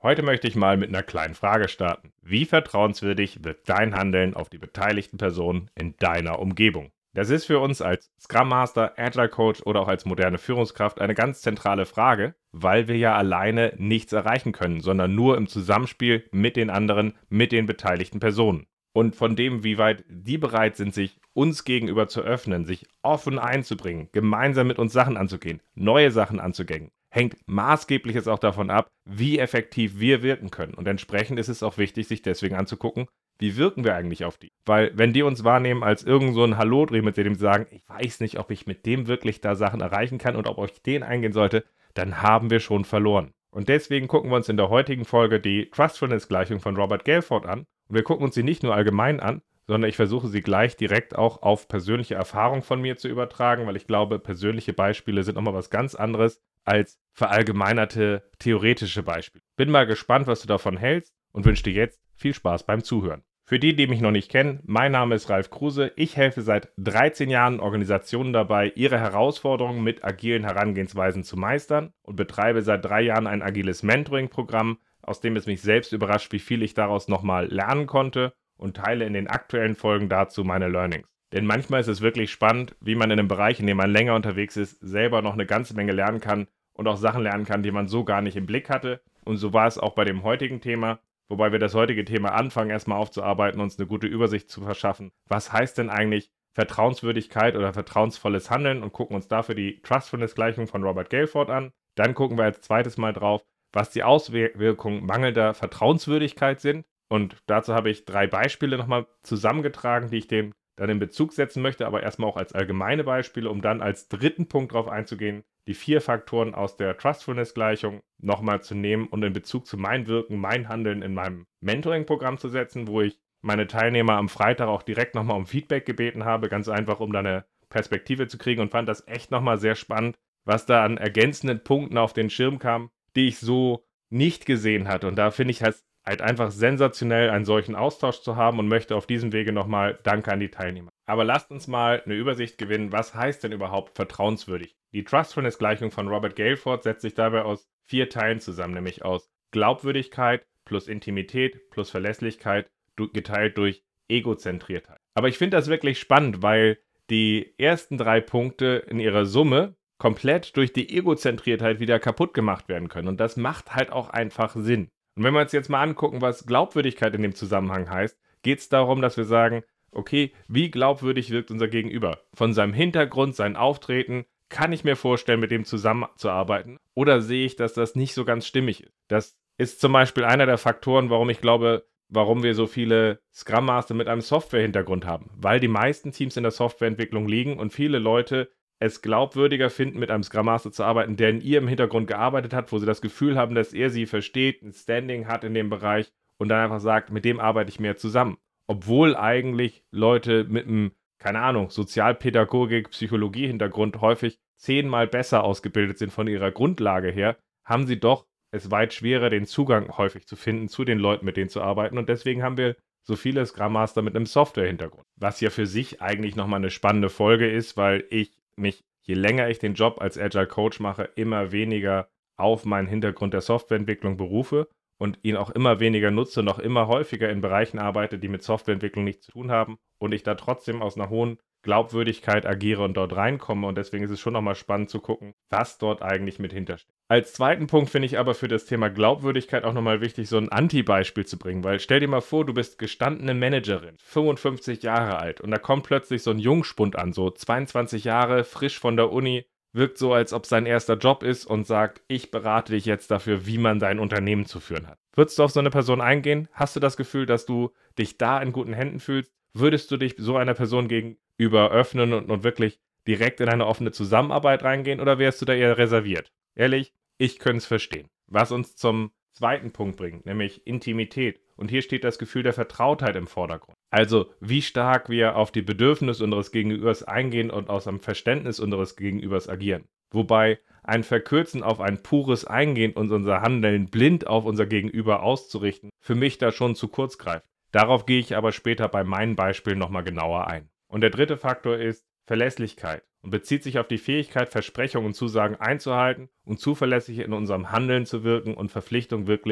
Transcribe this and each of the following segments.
Heute möchte ich mal mit einer kleinen Frage starten. Wie vertrauenswürdig wirkt dein Handeln auf die beteiligten Personen in deiner Umgebung? Das ist für uns als Scrum Master, Agile Coach oder auch als moderne Führungskraft eine ganz zentrale Frage, weil wir ja alleine nichts erreichen können, sondern nur im Zusammenspiel mit den anderen, mit den beteiligten Personen. Und von dem, wie weit die bereit sind, sich uns gegenüber zu öffnen, sich offen einzubringen, gemeinsam mit uns Sachen anzugehen, neue Sachen anzugehen, hängt maßgebliches auch davon ab, wie effektiv wir wirken können. Und entsprechend ist es auch wichtig, sich deswegen anzugucken, wie wirken wir eigentlich auf die? Weil wenn die uns wahrnehmen als irgend so ein Hallodri, mit dem sie sagen, ich weiß nicht, ob ich mit dem wirklich da Sachen erreichen kann und ob ich den eingehen sollte, dann haben wir schon verloren. Und deswegen gucken wir uns in der heutigen Folge die Trustfulness-Gleichung von Robert Galford an. Und wir gucken uns sie nicht nur allgemein an, sondern ich versuche sie gleich direkt auch auf persönliche Erfahrung von mir zu übertragen, weil ich glaube, persönliche Beispiele sind nochmal was ganz anderes als verallgemeinerte theoretische Beispiele. Bin mal gespannt, was du davon hältst und wünsche dir jetzt viel Spaß beim Zuhören. Für die, die mich noch nicht kennen, mein Name ist Ralf Kruse. Ich helfe seit 13 Jahren Organisationen dabei, ihre Herausforderungen mit agilen Herangehensweisen zu meistern und betreibe seit 3 Jahren ein agiles Mentoring-Programm, aus dem es mich selbst überrascht, wie viel ich daraus nochmal lernen konnte, und teile in den aktuellen Folgen dazu meine Learnings. Denn manchmal ist es wirklich spannend, wie man in einem Bereich, in dem man länger unterwegs ist, selber noch eine ganze Menge lernen kann und auch Sachen lernen kann, die man so gar nicht im Blick hatte. Und so war es auch bei dem heutigen Thema, wobei wir das heutige Thema anfangen, erstmal aufzuarbeiten, uns eine gute Übersicht zu verschaffen. Was heißt denn eigentlich Vertrauenswürdigkeit oder vertrauensvolles Handeln, und gucken uns dafür die Trustfulness-Gleichung von Robert Galford an. Dann gucken wir als zweites mal drauf, was die Auswirkungen mangelnder Vertrauenswürdigkeit sind. Und dazu habe ich 3 Beispiele nochmal zusammengetragen, die ich dem dann in Bezug setzen möchte, aber erstmal auch als allgemeine Beispiele, um dann als dritten Punkt darauf einzugehen, die 4 Faktoren aus der Trustfulness-Gleichung nochmal zu nehmen und in Bezug zu mein Wirken, mein Handeln in meinem Mentoring-Programm zu setzen, wo ich meine Teilnehmer am Freitag auch direkt nochmal um Feedback gebeten habe, ganz einfach, um da eine Perspektive zu kriegen, und fand das echt nochmal sehr spannend, was da an ergänzenden Punkten auf den Schirm kam, die ich so nicht gesehen hatte. Und da finde ich halt einfach sensationell, einen solchen Austausch zu haben, und möchte auf diesem Wege nochmal Danke an die Teilnehmer. Aber lasst uns mal eine Übersicht gewinnen, was heißt denn überhaupt vertrauenswürdig? Die Trustfulness-Gleichung von Robert Galford setzt sich dabei aus 4 Teilen zusammen, nämlich aus Glaubwürdigkeit plus Intimität plus Verlässlichkeit geteilt durch Egozentriertheit. Aber ich finde das wirklich spannend, weil die ersten 3 Punkte in ihrer Summe komplett durch die Egozentriertheit wieder kaputt gemacht werden können. Und das macht halt auch einfach Sinn. Und wenn wir uns jetzt mal angucken, was Glaubwürdigkeit in dem Zusammenhang heißt, geht es darum, dass wir sagen, okay, wie glaubwürdig wirkt unser Gegenüber? Von seinem Hintergrund, sein Auftreten, kann ich mir vorstellen, mit dem zusammenzuarbeiten? Oder sehe ich, dass das nicht so ganz stimmig ist? Das ist zum Beispiel einer der Faktoren, warum ich glaube, warum wir so viele Scrum Master mit einem Software-Hintergrund haben. Weil die meisten Teams in der Softwareentwicklung liegen und viele Leute es glaubwürdiger finden, mit einem Scrum Master zu arbeiten, der in ihrem Hintergrund gearbeitet hat, wo sie das Gefühl haben, dass er sie versteht, ein Standing hat in dem Bereich und dann einfach sagt, mit dem arbeite ich mehr zusammen. Obwohl eigentlich Leute mit einem, keine Ahnung, Sozialpädagogik, Psychologie-Hintergrund häufig 10-mal besser ausgebildet sind von ihrer Grundlage her, haben sie doch es weit schwerer, den Zugang häufig zu finden, zu den Leuten, mit denen zu arbeiten. Und deswegen haben wir so viele Scrum Master mit einem Software-Hintergrund. Was ja für sich eigentlich nochmal eine spannende Folge ist, weil ich mich, je länger ich den Job als Agile Coach mache, immer weniger auf meinen Hintergrund der Softwareentwicklung berufe und ihn auch immer weniger nutze, noch immer häufiger in Bereichen arbeite, die mit Softwareentwicklung nichts zu tun haben, und ich da trotzdem aus einer hohen Glaubwürdigkeit agiere und dort reinkomme, und deswegen ist es schon nochmal spannend zu gucken, was dort eigentlich mit hintersteht. Als zweiten Punkt finde ich aber für das Thema Glaubwürdigkeit auch nochmal wichtig, so ein Anti-Beispiel zu bringen, weil stell dir mal vor, du bist gestandene Managerin, 55 Jahre alt, und da kommt plötzlich so ein Jungspund an, so 22 Jahre, frisch von der Uni, wirkt so, als ob es sein erster Job ist, und sagt, ich berate dich jetzt dafür, wie man dein Unternehmen zu führen hat. Würdest du auf so eine Person eingehen? Hast du das Gefühl, dass du dich da in guten Händen fühlst? Würdest du dich so einer Person gegenüber öffnen und wirklich direkt in eine offene Zusammenarbeit reingehen, oder wärst du da eher reserviert? Ehrlich, ich könnte es verstehen. Was uns zum zweiten Punkt bringt, nämlich Intimität. Und hier steht das Gefühl der Vertrautheit im Vordergrund. Also, wie stark wir auf die Bedürfnisse unseres Gegenübers eingehen und aus einem Verständnis unseres Gegenübers agieren. Wobei ein Verkürzen auf ein pures Eingehen und unser Handeln blind auf unser Gegenüber auszurichten, für mich da schon zu kurz greift. Darauf gehe ich aber später bei meinen Beispielen nochmal genauer ein. Und der dritte Faktor ist Verlässlichkeit und bezieht sich auf die Fähigkeit, Versprechungen und Zusagen einzuhalten und zuverlässig in unserem Handeln zu wirken und Verpflichtungen wirklich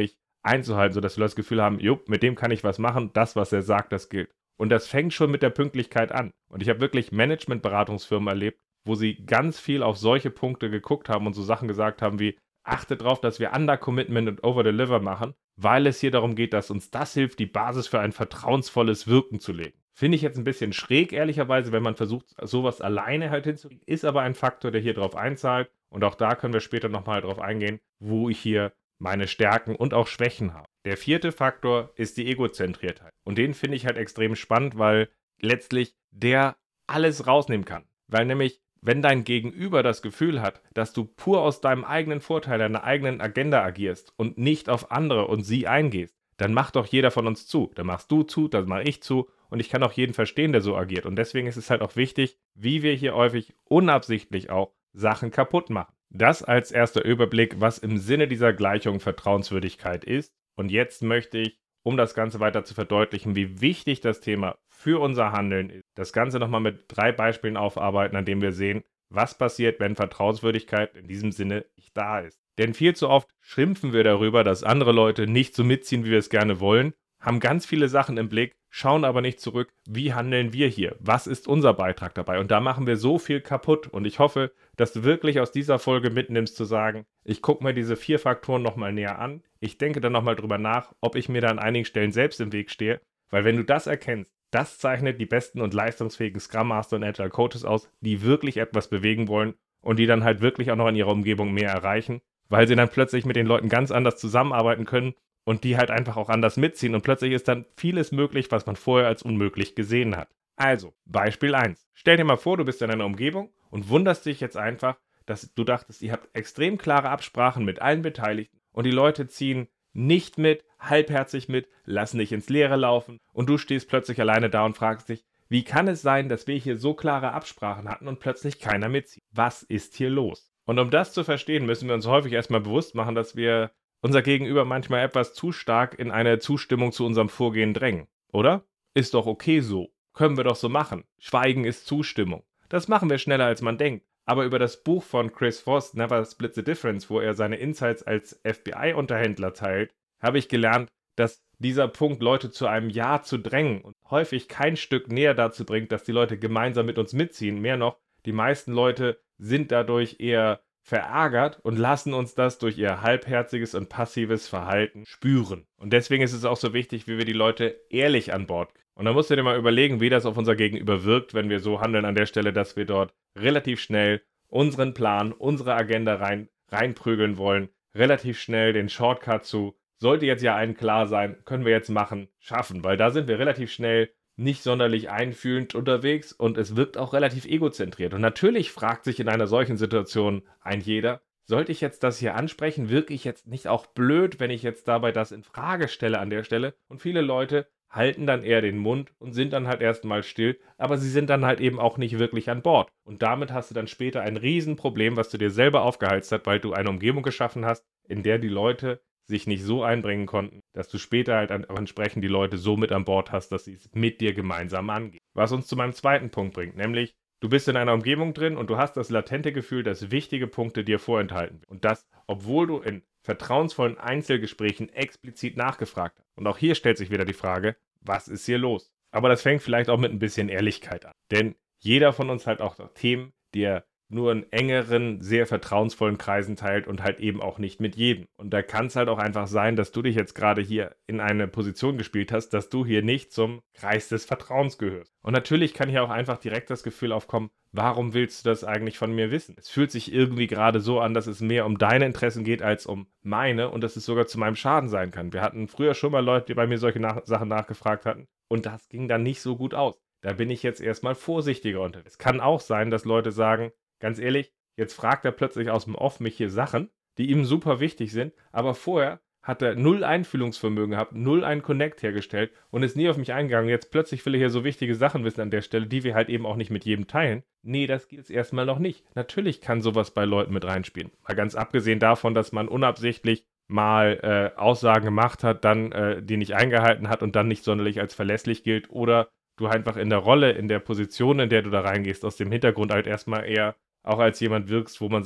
einzuhalten, sodass wir das Gefühl haben, jupp, mit dem kann ich was machen, das, was er sagt, das gilt. Und das fängt schon mit der Pünktlichkeit an. Und ich habe wirklich Managementberatungsfirmen erlebt, wo sie ganz viel auf solche Punkte geguckt haben und so Sachen gesagt haben wie, achte darauf, dass wir Under-Commitment und Over-Deliver machen, weil es hier darum geht, dass uns das hilft, die Basis für ein vertrauensvolles Wirken zu legen. Finde ich jetzt ein bisschen schräg, ehrlicherweise, wenn man versucht, sowas alleine halt hinzukriegen, ist aber ein Faktor, der hier drauf einzahlt. Und auch da können wir später nochmal drauf eingehen, wo ich hier meine Stärken und auch Schwächen habe. Der vierte Faktor ist die Egozentriertheit. Und den finde ich halt extrem spannend, weil letztlich der alles rausnehmen kann. Weil nämlich, wenn dein Gegenüber das Gefühl hat, dass du pur aus deinem eigenen Vorteil, deiner eigenen Agenda agierst und nicht auf andere und sie eingehst, dann macht doch jeder von uns zu. Dann machst du zu, dann mache ich zu und ich kann auch jeden verstehen, der so agiert. Und deswegen ist es halt auch wichtig, wie wir hier häufig unabsichtlich auch Sachen kaputt machen. Das als erster Überblick, was im Sinne dieser Gleichung Vertrauenswürdigkeit ist. Und jetzt möchte ich, um das Ganze weiter zu verdeutlichen, wie wichtig das Thema für unser Handeln ist, das Ganze nochmal mit 3 Beispielen aufarbeiten, an denen wir sehen, was passiert, wenn Vertrauenswürdigkeit in diesem Sinne nicht da ist. Denn viel zu oft schimpfen wir darüber, dass andere Leute nicht so mitziehen, wie wir es gerne wollen, haben ganz viele Sachen im Blick, schauen aber nicht zurück, wie handeln wir hier, was ist unser Beitrag dabei, und da machen wir so viel kaputt. Und ich hoffe, dass du wirklich aus dieser Folge mitnimmst zu sagen, ich gucke mir diese 4 Faktoren nochmal näher an, ich denke dann nochmal drüber nach, ob ich mir da an einigen Stellen selbst im Weg stehe, weil wenn du das erkennst, das zeichnet die besten und leistungsfähigen Scrum Master und Agile Coaches aus, die wirklich etwas bewegen wollen und die dann halt wirklich auch noch in ihrer Umgebung mehr erreichen, weil sie dann plötzlich mit den Leuten ganz anders zusammenarbeiten können und die halt einfach auch anders mitziehen und plötzlich ist dann vieles möglich, was man vorher als unmöglich gesehen hat. Also, Beispiel 1. Stell dir mal vor, du bist in einer Umgebung und wunderst dich jetzt einfach, dass du dachtest, ihr habt extrem klare Absprachen mit allen Beteiligten und die Leute ziehen nicht mit, halbherzig mit, lassen dich ins Leere laufen und du stehst plötzlich alleine da und fragst dich, wie kann es sein, dass wir hier so klare Absprachen hatten und plötzlich keiner mitzieht? Was ist hier los? Und um das zu verstehen, müssen wir uns häufig erstmal bewusst machen, dass wir unser Gegenüber manchmal etwas zu stark in eine Zustimmung zu unserem Vorgehen drängen, oder? Ist doch okay so. Können wir doch so machen. Schweigen ist Zustimmung. Das machen wir schneller, als man denkt. Aber über das Buch von Chris Voss, Never Split the Difference, wo er seine Insights als FBI-Unterhändler teilt, habe ich gelernt, dass dieser Punkt, Leute zu einem Ja zu drängen und häufig kein Stück näher dazu bringt, dass die Leute gemeinsam mit uns mitziehen. Mehr noch, die meisten Leute sind dadurch eher verärgert und lassen uns das durch ihr halbherziges und passives Verhalten spüren. Und deswegen ist es auch so wichtig, wie wir die Leute ehrlich an Bord kriegen. Und da musst du dir mal überlegen, wie das auf unser Gegenüber wirkt, wenn wir so handeln an der Stelle, dass wir dort relativ schnell unseren Plan, unsere Agenda reinprügeln wollen, relativ schnell den Shortcut zu, sollte jetzt ja allen klar sein, können wir jetzt machen, schaffen, weil da sind wir relativ schnell nicht sonderlich einfühlend unterwegs und es wirkt auch relativ egozentriert. Und natürlich fragt sich in einer solchen Situation ein jeder, sollte ich jetzt das hier ansprechen, wirke ich jetzt nicht auch blöd, wenn ich jetzt dabei das in Frage stelle an der Stelle? Und viele Leute halten dann eher den Mund und sind dann halt erstmal still, aber sie sind dann halt eben auch nicht wirklich an Bord. Und damit hast du dann später ein Riesenproblem, was du dir selber aufgeheizt hast, weil du eine Umgebung geschaffen hast, in der die Leute sich nicht so einbringen konnten, dass du später halt auch entsprechend die Leute so mit an Bord hast, dass sie es mit dir gemeinsam angehen. Was uns zu meinem zweiten Punkt bringt, nämlich du bist in einer Umgebung drin und du hast das latente Gefühl, dass wichtige Punkte dir vorenthalten werden. Und das, obwohl du in vertrauensvollen Einzelgesprächen explizit nachgefragt hast. Und auch hier stellt sich wieder die Frage, was ist hier los? Aber das fängt vielleicht auch mit ein bisschen Ehrlichkeit an. Denn jeder von uns hat auch Themen, die er nur in engeren, sehr vertrauensvollen Kreisen teilt und halt eben auch nicht mit jedem. Und da kann es halt auch einfach sein, dass du dich jetzt gerade hier in eine Position gespielt hast, dass du hier nicht zum Kreis des Vertrauens gehörst. Und natürlich kann hier auch einfach direkt das Gefühl aufkommen, warum willst du das eigentlich von mir wissen? Es fühlt sich irgendwie gerade so an, dass es mehr um deine Interessen geht als um meine und dass es sogar zu meinem Schaden sein kann. Wir hatten früher schon mal Leute, die bei mir solche Sachen nachgefragt hatten und das ging dann nicht so gut aus. Da bin ich jetzt erstmal vorsichtiger unterwegs. Es kann auch sein, dass Leute sagen, ganz ehrlich, jetzt fragt er plötzlich aus dem Off mich hier Sachen, die ihm super wichtig sind, aber vorher hat er null Einfühlungsvermögen gehabt, null einen Connect hergestellt und ist nie auf mich eingegangen. Jetzt plötzlich will er hier so wichtige Sachen wissen an der Stelle, die wir halt eben auch nicht mit jedem teilen. Nee, das geht jetzt erstmal noch nicht. Natürlich kann sowas bei Leuten mit reinspielen. Mal ganz abgesehen davon, dass man unabsichtlich mal Aussagen gemacht hat, dann die nicht eingehalten hat und dann nicht sonderlich als verlässlich gilt oder du einfach in der Rolle, in der Position, in der du da reingehst, aus dem Hintergrund halt erstmal eher auch als jemand wirkst, wo man sagt,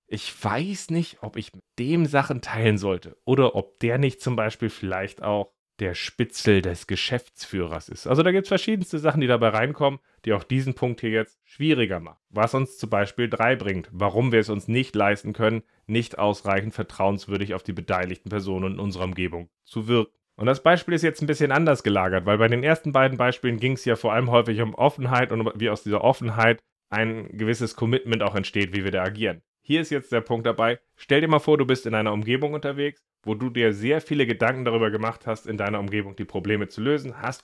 ich weiß nicht, ob ich mit dem Sachen teilen sollte oder ob der nicht zum Beispiel vielleicht auch der Spitzel des Geschäftsführers ist. Also da gibt es verschiedenste Sachen, die dabei reinkommen, die auch diesen Punkt hier jetzt schwieriger machen. Was uns zum Beispiel 3 bringt, warum wir es uns nicht leisten können, nicht ausreichend vertrauenswürdig auf die beteiligten Personen in unserer Umgebung zu wirken. Und das Beispiel ist jetzt ein bisschen anders gelagert, weil bei den ersten beiden Beispielen ging es ja vor allem häufig um Offenheit und wie aus dieser Offenheit ein gewisses Commitment auch entsteht, wie wir da agieren. Hier ist jetzt der Punkt dabei, stell dir mal vor, du bist in einer Umgebung unterwegs, wo du dir sehr viele Gedanken darüber gemacht hast, in deiner Umgebung die Probleme zu lösen, hast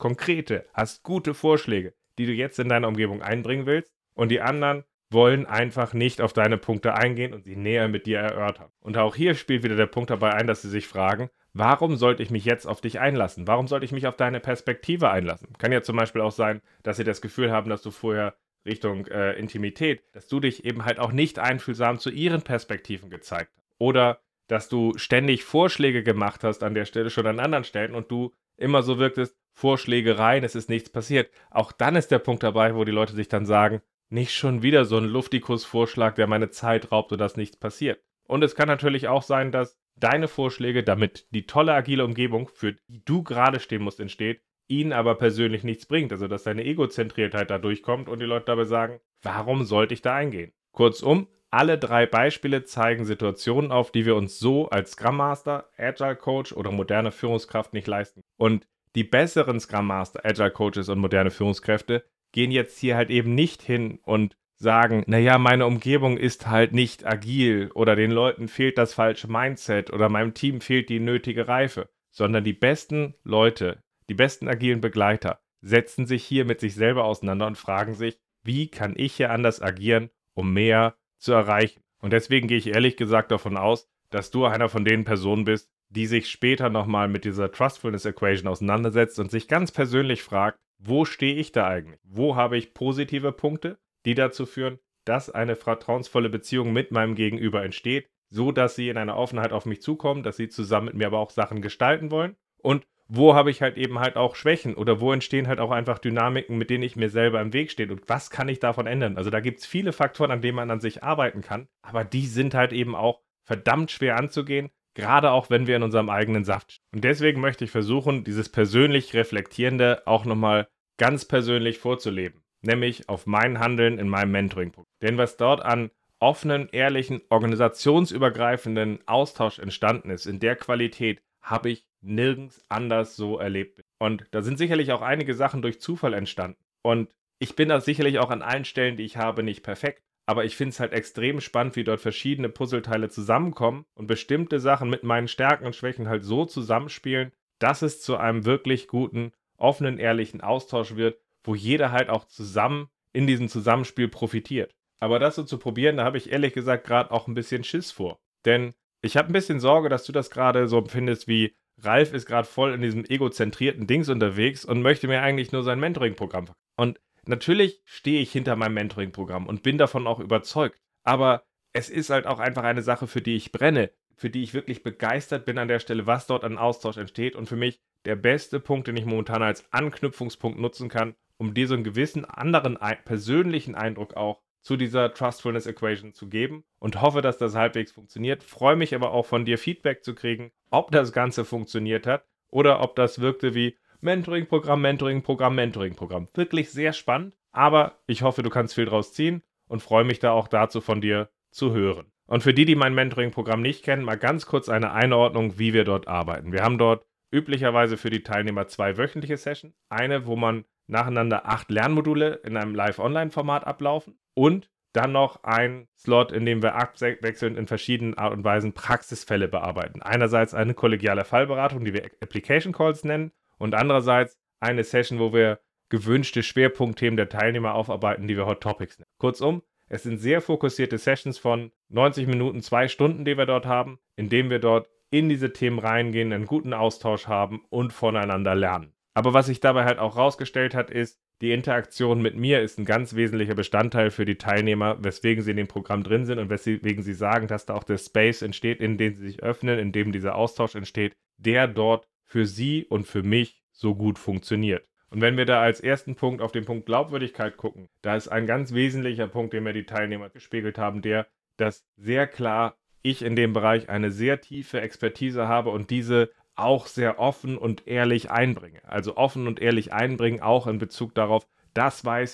gute Vorschläge, die du jetzt in deiner Umgebung einbringen willst und die anderen wollen einfach nicht auf deine Punkte eingehen und sie näher mit dir erörtern. Und auch hier spielt wieder der Punkt dabei ein, dass sie sich fragen, warum sollte ich mich jetzt auf dich einlassen? Warum sollte ich mich auf deine Perspektive einlassen? Kann ja zum Beispiel auch sein, dass sie das Gefühl haben, dass du vorher Richtung Intimität, dass du dich eben halt auch nicht einfühlsam zu ihren Perspektiven gezeigt hast. Oder dass du ständig Vorschläge gemacht hast an der Stelle, schon an anderen Stellen und du immer so wirktest, Vorschläge rein, es ist nichts passiert. Auch dann ist der Punkt dabei, wo die Leute sich dann sagen, nicht schon wieder so ein Luftikus-Vorschlag, der meine Zeit raubt und dass nichts passiert. Und es kann natürlich auch sein, dass deine Vorschläge, damit die tolle agile Umgebung, für die du gerade stehen musst, entsteht, ihnen aber persönlich nichts bringt. Also dass deine Egozentriertheit da durchkommt und die Leute dabei sagen, warum sollte ich da eingehen? Kurzum, alle 3 Beispiele zeigen Situationen auf, die wir uns so als Scrum Master, Agile Coach oder moderne Führungskraft nicht leisten. Und die besseren Scrum Master, Agile Coaches und moderne Führungskräfte gehen jetzt hier halt eben nicht hin und sagen, naja, meine Umgebung ist halt nicht agil oder den Leuten fehlt das falsche Mindset oder meinem Team fehlt die nötige Reife, sondern die besten Leute, die besten agilen Begleiter setzen sich hier mit sich selber auseinander und fragen sich, wie kann ich hier anders agieren, um mehr zu erreichen. Und deswegen gehe ich ehrlich gesagt davon aus, dass du einer von den Personen bist, die sich später nochmal mit dieser Trustfulness Equation auseinandersetzt und sich ganz persönlich fragt, wo stehe ich da eigentlich? Wo habe ich positive Punkte, die dazu führen, dass eine vertrauensvolle Beziehung mit meinem Gegenüber entsteht, so dass sie in einer Offenheit auf mich zukommen, dass sie zusammen mit mir aber auch Sachen gestalten wollen? Und wo habe ich halt eben halt auch Schwächen oder wo entstehen halt auch einfach Dynamiken, mit denen ich mir selber im Weg stehe und was kann ich davon ändern? Also da gibt es viele Faktoren, an denen man an sich arbeiten kann, aber die sind halt eben auch verdammt schwer anzugehen, gerade auch wenn wir in unserem eigenen Saft stehen. Und deswegen möchte ich versuchen, dieses persönlich Reflektierende auch nochmal ganz persönlich vorzuleben, nämlich auf mein Handeln in meinem Mentoring-Programm. Denn was dort an offenen, ehrlichen, organisationsübergreifenden Austausch entstanden ist, in der Qualität, habe ich nirgends anders so erlebt. Und da sind sicherlich auch einige Sachen durch Zufall entstanden. Und ich bin da sicherlich auch an allen Stellen, die ich habe, nicht perfekt. Aber ich finde es halt extrem spannend, wie dort verschiedene Puzzleteile zusammenkommen und bestimmte Sachen mit meinen Stärken und Schwächen halt so zusammenspielen, dass es zu einem wirklich guten, offenen, ehrlichen Austausch wird, wo jeder halt auch zusammen in diesem Zusammenspiel profitiert. Aber das so zu probieren, da habe ich ehrlich gesagt gerade auch ein bisschen Schiss vor. Denn ich habe ein bisschen Sorge, dass du das gerade so empfindest wie, Ralf ist gerade voll in diesem egozentrierten Dings unterwegs und möchte mir eigentlich nur sein Mentoring-Programm verkaufen. Und natürlich stehe ich hinter meinem Mentoring-Programm und bin davon auch überzeugt. Aber es ist halt auch einfach eine Sache, für die ich brenne, für die ich wirklich begeistert bin an der Stelle, was dort an Austausch entsteht und für mich der beste Punkt, den ich momentan als Anknüpfungspunkt nutzen kann, um dir so einen gewissen anderen persönlichen Eindruck auch zu dieser Trustfulness Equation zu geben und hoffe, dass das halbwegs funktioniert. Freue mich aber auch von dir Feedback zu kriegen, ob das Ganze funktioniert hat oder ob das wirkte wie Mentoring-Programm, Mentoring-Programm, Mentoring-Programm. Wirklich sehr spannend, aber ich hoffe, du kannst viel draus ziehen und freue mich da auch dazu von dir zu hören. Und für die, die mein Mentoring-Programm nicht kennen, mal ganz kurz eine Einordnung, wie wir dort arbeiten. Wir haben dort üblicherweise für die Teilnehmer 2 wöchentliche Sessions. Eine, wo man nacheinander 8 Lernmodule in einem Live-Online-Format ablaufen und dann noch ein Slot, in dem wir abwechselnd in verschiedenen Art und Weisen Praxisfälle bearbeiten. Einerseits eine kollegiale Fallberatung, die wir Application Calls nennen, und andererseits eine Session, wo wir gewünschte Schwerpunktthemen der Teilnehmer aufarbeiten, die wir Hot Topics nennen. Kurzum, es sind sehr fokussierte Sessions von 90 Minuten, 2 Stunden, die wir dort haben, indem wir dort in diese Themen reingehen, einen guten Austausch haben und voneinander lernen. Aber was sich dabei halt auch rausgestellt hat, ist, die Interaktion mit mir ist ein ganz wesentlicher Bestandteil für die Teilnehmer, weswegen sie in dem Programm drin sind und weswegen sie sagen, dass da auch der Space entsteht, in dem sie sich öffnen, in dem dieser Austausch entsteht, der dort für sie und für mich so gut funktioniert. Und wenn wir da als ersten Punkt auf den Punkt Glaubwürdigkeit gucken, da ist ein ganz wesentlicher Punkt, den mir die Teilnehmer gespiegelt haben, dass sehr klar ich in dem Bereich eine sehr tiefe Expertise habe und diese auch sehr offen und ehrlich einbringe. Also offen und ehrlich einbringen, auch in Bezug darauf, das weiß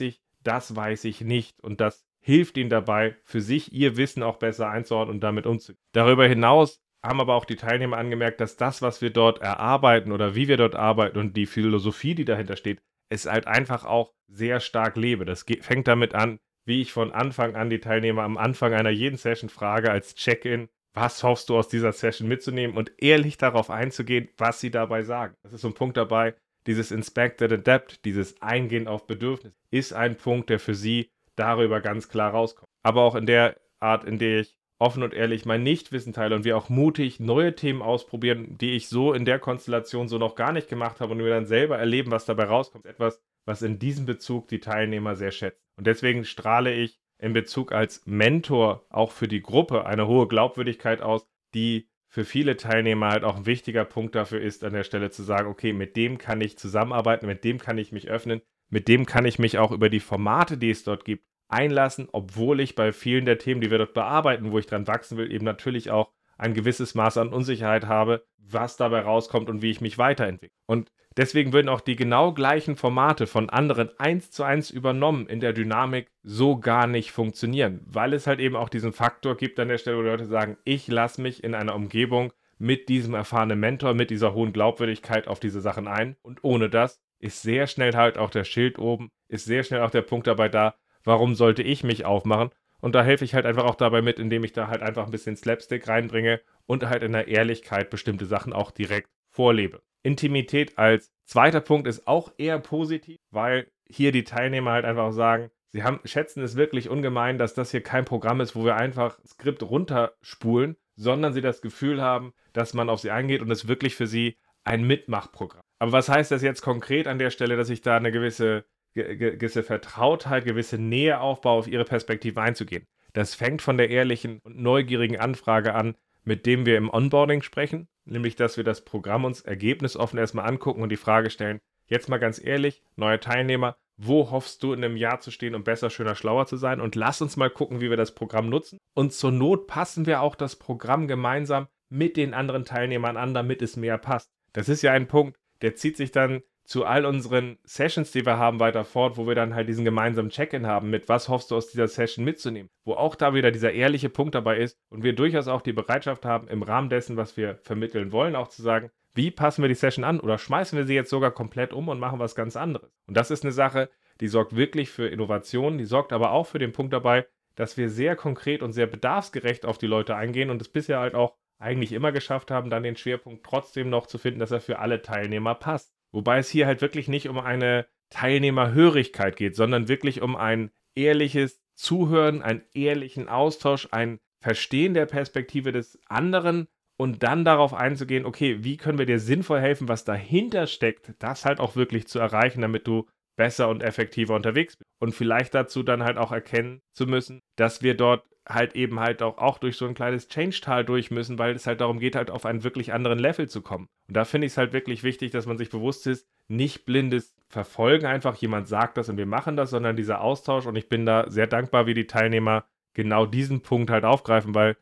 ich nicht. Und das hilft ihnen dabei, für sich ihr Wissen auch besser einzuordnen und damit umzugehen. Darüber hinaus haben aber auch die Teilnehmer angemerkt, dass das, was wir dort erarbeiten oder wie wir dort arbeiten und die Philosophie, die dahinter steht, es halt einfach auch sehr stark lebe. Das fängt damit an, wie ich von Anfang an die Teilnehmer am Anfang einer jeden Session frage als Check-in, was hoffst du aus dieser Session mitzunehmen und ehrlich darauf einzugehen, was sie dabei sagen. Das ist so ein Punkt dabei, dieses Inspect and Adapt, dieses Eingehen auf Bedürfnisse, ist ein Punkt, der für sie darüber ganz klar rauskommt. Aber auch in der Art, in der ich offen und ehrlich mein Nichtwissen teile und wir auch mutig neue Themen ausprobieren, die ich so in der Konstellation so noch gar nicht gemacht habe und wir dann selber erleben, was dabei rauskommt. Etwas, was in diesem Bezug die Teilnehmer sehr schätzen. Und deswegen strahle ich in Bezug als Mentor auch für die Gruppe eine hohe Glaubwürdigkeit aus, die für viele Teilnehmer halt auch ein wichtiger Punkt dafür ist, an der Stelle zu sagen, okay, mit dem kann ich zusammenarbeiten, mit dem kann ich mich öffnen, mit dem kann ich mich auch über die Formate, die es dort gibt, einlassen, obwohl ich bei vielen der Themen, die wir dort bearbeiten, wo ich dran wachsen will, eben natürlich auch ein gewisses Maß an Unsicherheit habe, was dabei rauskommt und wie ich mich weiterentwickle. Und deswegen würden auch die genau gleichen Formate von anderen 1:1 übernommen in der Dynamik so gar nicht funktionieren, weil es halt eben auch diesen Faktor gibt an der Stelle, wo die Leute sagen, ich lasse mich in einer Umgebung mit diesem erfahrenen Mentor, mit dieser hohen Glaubwürdigkeit auf diese Sachen ein und ohne das ist sehr schnell halt auch der Schild oben, ist sehr schnell auch der Punkt dabei da, warum sollte ich mich aufmachen? Und da helfe ich halt einfach auch dabei mit, indem ich da halt einfach ein bisschen Slapstick reinbringe und halt in der Ehrlichkeit bestimmte Sachen auch direkt vorlebe. Intimität als zweiter Punkt ist auch eher positiv, weil hier die Teilnehmer halt einfach sagen, schätzen es wirklich ungemein, dass das hier kein Programm ist, wo wir einfach Skript runterspulen, sondern sie das Gefühl haben, dass man auf sie eingeht und es wirklich für sie ein Mitmachprogramm. Aber was heißt das jetzt konkret an der Stelle, dass ich da eine gewisse Vertrautheit, gewisse Nähe aufbaue, auf ihre Perspektive einzugehen? Das fängt von der ehrlichen und neugierigen Anfrage an, mit dem wir im Onboarding sprechen, nämlich, dass wir das Programm uns ergebnisoffen erstmal angucken und die Frage stellen, jetzt mal ganz ehrlich, neue Teilnehmer, wo hoffst du in einem Jahr zu stehen, um besser, schöner, schlauer zu sein? Und lass uns mal gucken, wie wir das Programm nutzen. Und zur Not passen wir auch das Programm gemeinsam mit den anderen Teilnehmern an, damit es mehr passt. Das ist ja ein Punkt, der zieht sich dann zu all unseren Sessions, die wir haben, weiter fort, wo wir dann halt diesen gemeinsamen Check-in haben mit, was hoffst du aus dieser Session mitzunehmen, wo auch da wieder dieser ehrliche Punkt dabei ist und wir durchaus auch die Bereitschaft haben, im Rahmen dessen, was wir vermitteln wollen, auch zu sagen, wie passen wir die Session an oder schmeißen wir sie jetzt sogar komplett um und machen was ganz anderes. Und das ist eine Sache, die sorgt wirklich für Innovation, die sorgt aber auch für den Punkt dabei, dass wir sehr konkret und sehr bedarfsgerecht auf die Leute eingehen und es bisher halt auch eigentlich immer geschafft haben, dann den Schwerpunkt trotzdem noch zu finden, dass er für alle Teilnehmer passt. Wobei es hier halt wirklich nicht um eine Teilnehmerhörigkeit geht, sondern wirklich um ein ehrliches Zuhören, einen ehrlichen Austausch, ein Verstehen der Perspektive des anderen und dann darauf einzugehen, okay, wie können wir dir sinnvoll helfen, was dahinter steckt, das halt auch wirklich zu erreichen, damit du besser und effektiver unterwegs bist. Und vielleicht dazu dann halt auch erkennen zu müssen, dass wir dort halt eben halt auch durch so ein kleines Change-Tal durch müssen, weil es halt darum geht, halt auf einen wirklich anderen Level zu kommen. Und da finde ich es halt wirklich wichtig, dass man sich bewusst ist, nicht blindes Verfolgen, einfach jemand sagt das und wir machen das, sondern dieser Austausch. Und ich bin da sehr dankbar, wie die Teilnehmer genau diesen Punkt halt aufgreifen, weil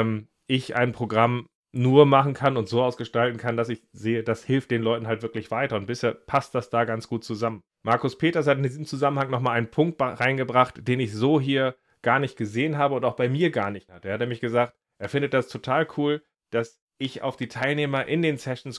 ich ein Programm nur machen kann und so ausgestalten kann, dass ich sehe, das hilft den Leuten halt wirklich weiter. Und bisher passt das da ganz gut zusammen. Markus Peters hat in diesem Zusammenhang nochmal einen Punkt reingebracht, den ich so hier gar nicht gesehen habe und auch bei mir gar nicht hatte. Er hat nämlich gesagt, er findet das total cool, dass ich auf die Teilnehmer in den Sessions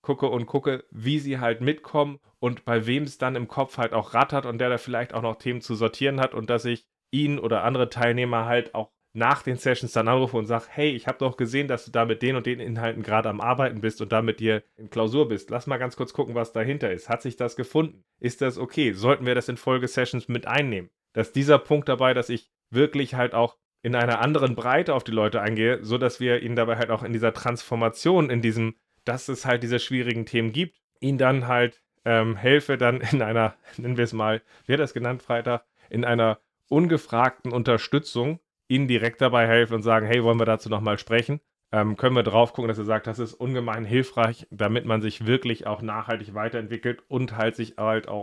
gucke, wie sie halt mitkommen und bei wem es dann im Kopf halt auch rattert und der da vielleicht auch noch Themen zu sortieren hat und dass ich ihn oder andere Teilnehmer halt auch nach den Sessions dann anrufe und sage, hey, ich habe doch gesehen, dass du da mit den und den Inhalten gerade am Arbeiten bist und da mit dir in Klausur bist. Lass mal ganz kurz gucken, was dahinter ist. Hat sich das gefunden? Ist das okay? Sollten wir das in Folgesessions mit einnehmen? Dass dieser Punkt dabei, dass ich wirklich halt auch in einer anderen Breite auf die Leute eingehe, sodass wir ihnen dabei halt auch in dieser Transformation, in diesem, dass es halt diese schwierigen Themen gibt, ihnen dann halt helfe dann in einer, nennen wir es mal, wie hat das genannt, Freitag, in einer ungefragten Unterstützung, ihnen direkt dabei helfen und sagen, hey, wollen wir dazu nochmal sprechen? Können wir drauf gucken, dass er sagt, das ist ungemein hilfreich, damit man sich wirklich auch nachhaltig weiterentwickelt und halt sich halt auch auf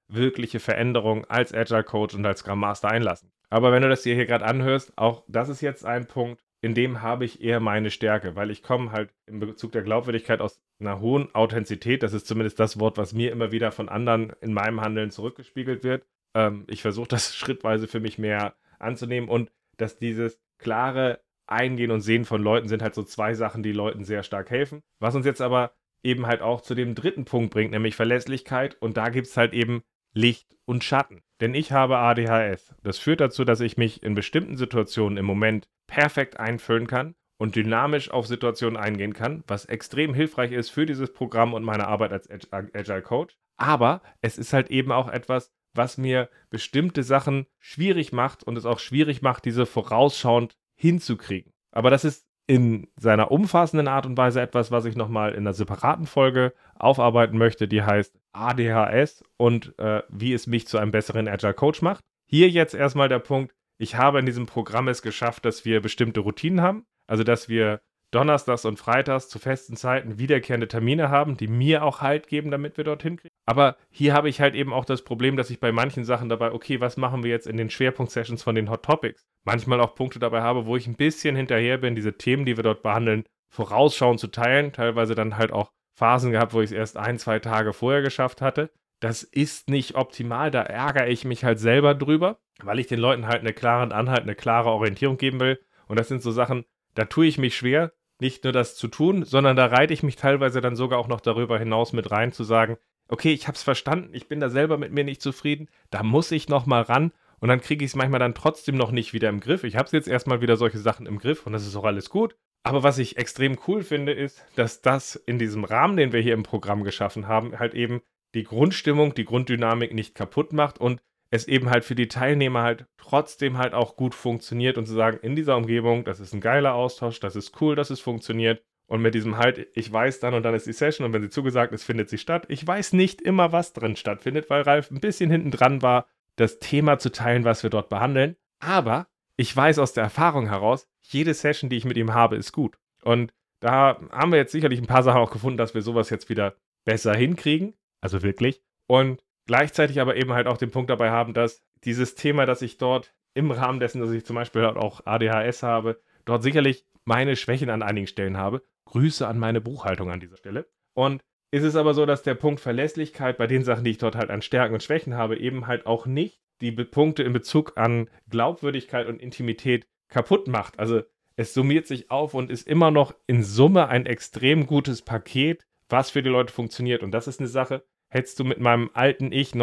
wirkliche Veränderung als Agile Coach und als Scrum Master einlassen. Aber wenn du das dir hier gerade anhörst, auch das ist jetzt ein Punkt, in dem habe ich eher meine Stärke, weil ich komme halt in Bezug der Glaubwürdigkeit aus einer hohen Authentizität. Das ist zumindest das Wort, was mir immer wieder von anderen in meinem Handeln zurückgespiegelt wird. Ich versuche das schrittweise für mich mehr anzunehmen und dass dieses klare Eingehen und Sehen von Leuten sind halt so zwei Sachen, die Leuten sehr stark helfen. Was uns jetzt aber eben halt auch zu dem dritten Punkt bringt, nämlich Verlässlichkeit. Und da gibt es halt eben Licht und Schatten. Denn ich habe ADHS. Das führt dazu, dass ich mich in bestimmten Situationen im Moment perfekt einfüllen kann und dynamisch auf Situationen eingehen kann, was extrem hilfreich ist für dieses Programm und meine Arbeit als Agile Coach. Aber es ist halt eben auch etwas, was mir bestimmte Sachen schwierig macht und es auch schwierig macht, diese vorausschauend hinzukriegen. Aber das ist in seiner umfassenden Art und Weise etwas, was ich nochmal in einer separaten Folge aufarbeiten möchte, die heißt ADHS und wie es mich zu einem besseren Agile Coach macht. Hier jetzt erstmal der Punkt, ich habe in diesem Programm es geschafft, dass wir bestimmte Routinen haben, also dass wir donnerstags und freitags zu festen Zeiten wiederkehrende Termine haben, die mir auch Halt geben, damit wir dorthin kriegen. Aber hier habe ich halt eben auch das Problem, dass ich bei manchen Sachen dabei, okay, was machen wir jetzt in den Schwerpunkt-Sessions von den Hot Topics? Manchmal auch Punkte dabei habe, wo ich ein bisschen hinterher bin, diese Themen, die wir dort behandeln, vorausschauend zu teilen. Teilweise dann halt auch Phasen gehabt, wo ich es erst 1-2 Tage vorher geschafft hatte. Das ist nicht optimal, da ärgere ich mich halt selber drüber, weil ich den Leuten halt eine klare Anhalt, eine klare Orientierung geben will. Und das sind so Sachen, da tue ich mich schwer, nicht nur das zu tun, sondern da reite ich mich teilweise dann sogar auch noch darüber hinaus mit rein, zu sagen, okay, ich habe es verstanden, ich bin da selber mit mir nicht zufrieden, da muss ich noch mal ran und dann kriege ich es manchmal dann trotzdem noch nicht wieder im Griff. Ich habe es jetzt erstmal wieder solche Sachen im Griff und das ist auch alles gut. Aber was ich extrem cool finde, ist, dass das in diesem Rahmen, den wir hier im Programm geschaffen haben, halt eben die Grundstimmung, die Grunddynamik nicht kaputt macht und es eben halt für die Teilnehmer halt trotzdem halt auch gut funktioniert und zu sagen, in dieser Umgebung, das ist ein geiler Austausch, das ist cool, dass es funktioniert. Und mit diesem halt, ich weiß dann und dann ist die Session und wenn sie zugesagt ist, findet sie statt. Ich weiß nicht immer, was drin stattfindet, weil Ralf ein bisschen hinten dran war, das Thema zu teilen, was wir dort behandeln. Aber ich weiß aus der Erfahrung heraus, jede Session, die ich mit ihm habe, ist gut. Und da haben wir jetzt sicherlich ein paar Sachen auch gefunden, dass wir sowas jetzt wieder besser hinkriegen. Also wirklich. Und gleichzeitig aber eben halt auch den Punkt dabei haben, dass dieses Thema, dass ich dort im Rahmen dessen, dass ich zum Beispiel halt auch ADHS habe, dort sicherlich meine Schwächen an einigen Stellen habe. Grüße an meine Buchhaltung an dieser Stelle. Und ist es aber so, dass der Punkt Verlässlichkeit bei den Sachen, die ich dort halt an Stärken und Schwächen habe, eben halt auch nicht die Punkte in Bezug an Glaubwürdigkeit und Intimität kaputt macht. Also es summiert sich auf und ist immer noch in Summe ein extrem gutes Paket, was für die Leute funktioniert. Und das ist eine Sache, hättest du mit meinem alten Ich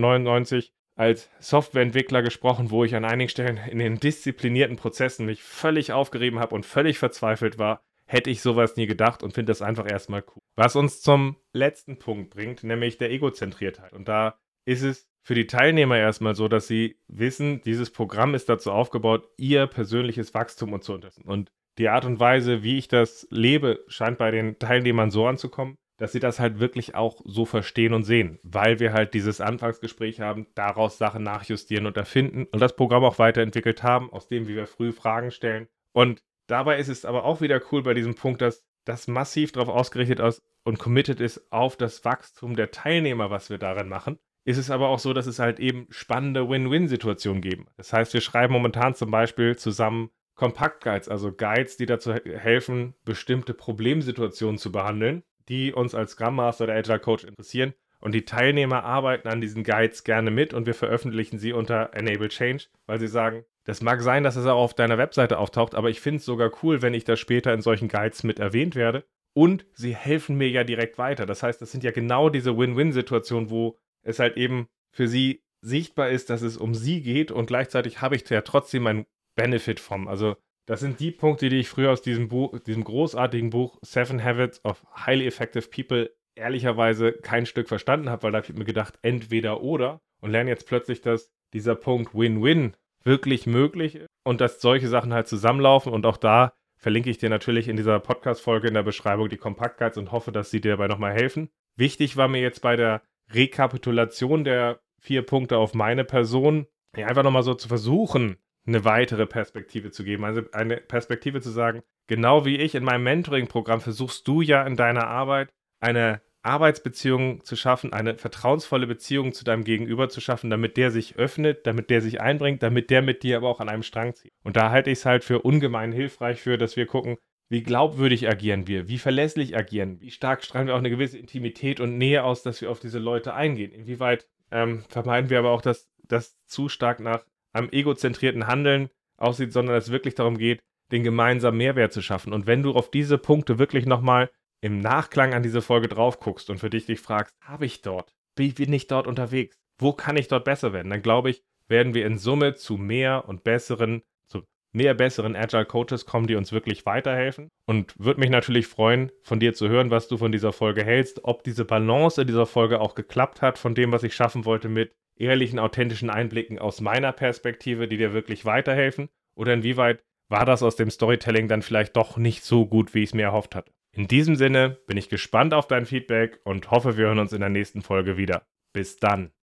1999 als Softwareentwickler gesprochen, wo ich an einigen Stellen in den disziplinierten Prozessen mich völlig aufgerieben habe und völlig verzweifelt war, hätte ich sowas nie gedacht und finde das einfach erstmal cool. Was uns zum letzten Punkt bringt, nämlich der Egozentriertheit. Und da ist es für die Teilnehmer erstmal so, dass sie wissen, dieses Programm ist dazu aufgebaut, ihr persönliches Wachstum zu unterstützen. Und die Art und Weise, wie ich das lebe, scheint bei den Teilnehmern so anzukommen, dass sie das halt wirklich auch so verstehen und sehen, weil wir halt dieses Anfangsgespräch haben, daraus Sachen nachjustieren und erfinden und das Programm auch weiterentwickelt haben, aus dem, wie wir früh Fragen stellen. Und dabei ist es aber auch wieder cool bei diesem Punkt, dass das massiv darauf ausgerichtet ist und committed ist auf das Wachstum der Teilnehmer, was wir darin machen. Ist es aber auch so, dass es halt eben spannende Win-Win-Situationen geben. Das heißt, wir schreiben momentan zum Beispiel zusammen Kompakt-Guides, also Guides, die dazu helfen, bestimmte Problemsituationen zu behandeln, die uns als Scrum Master oder Agile Coach interessieren. Und die Teilnehmer arbeiten an diesen Guides gerne mit und wir veröffentlichen sie unter Enable Change, weil sie sagen, das mag sein, dass es auch auf deiner Webseite auftaucht, aber ich finde es sogar cool, wenn ich da später in solchen Guides mit erwähnt werde. Und sie helfen mir ja direkt weiter. Das heißt, das sind ja genau diese Win-Win-Situationen, wo es halt eben für sie sichtbar ist, dass es um sie geht und gleichzeitig habe ich ja trotzdem einen Benefit vom. Also das sind die Punkte, die ich früher aus diesem großartigen Buch Seven Habits of Highly Effective People ehrlicherweise kein Stück verstanden habe, weil da habe ich mir gedacht, entweder oder und lerne jetzt plötzlich, dass dieser Punkt Win-Win wirklich möglich ist und dass solche Sachen halt zusammenlaufen und auch da verlinke ich dir natürlich in dieser Podcast-Folge in der Beschreibung die Kompakt-Guides und hoffe, dass sie dir dabei nochmal helfen. Wichtig war mir jetzt bei der Rekapitulation der 4 Punkte auf meine Person, ja, einfach nochmal so zu versuchen, eine weitere Perspektive zu geben. Also eine Perspektive zu sagen, genau wie ich in meinem Mentoring-Programm versuchst du ja in deiner Arbeit eine Arbeitsbeziehungen zu schaffen, eine vertrauensvolle Beziehung zu deinem Gegenüber zu schaffen, damit der sich öffnet, damit der sich einbringt, damit der mit dir aber auch an einem Strang zieht. Und da halte ich es halt für ungemein hilfreich dass wir gucken, wie glaubwürdig agieren wir, wie verlässlich agieren, wie stark strahlen wir auch eine gewisse Intimität und Nähe aus, dass wir auf diese Leute eingehen. Inwieweit vermeiden wir aber auch, dass das zu stark nach einem egozentrierten Handeln aussieht, sondern es wirklich darum geht, den gemeinsamen Mehrwert zu schaffen. Und wenn du auf diese Punkte wirklich nochmal im Nachklang an diese Folge drauf guckst und für dich fragst, bin ich dort unterwegs? Wo kann ich dort besser werden? Dann glaube ich, werden wir in Summe zu mehr besseren Agile Coaches kommen, die uns wirklich weiterhelfen. Und würde mich natürlich freuen, von dir zu hören, was du von dieser Folge hältst, ob diese Balance in dieser Folge auch geklappt hat von dem, was ich schaffen wollte mit ehrlichen, authentischen Einblicken aus meiner Perspektive, die dir wirklich weiterhelfen, oder inwieweit war das aus dem Storytelling dann vielleicht doch nicht so gut, wie ich es mir erhofft hatte. In diesem Sinne bin ich gespannt auf dein Feedback und hoffe, wir hören uns in der nächsten Folge wieder. Bis dann.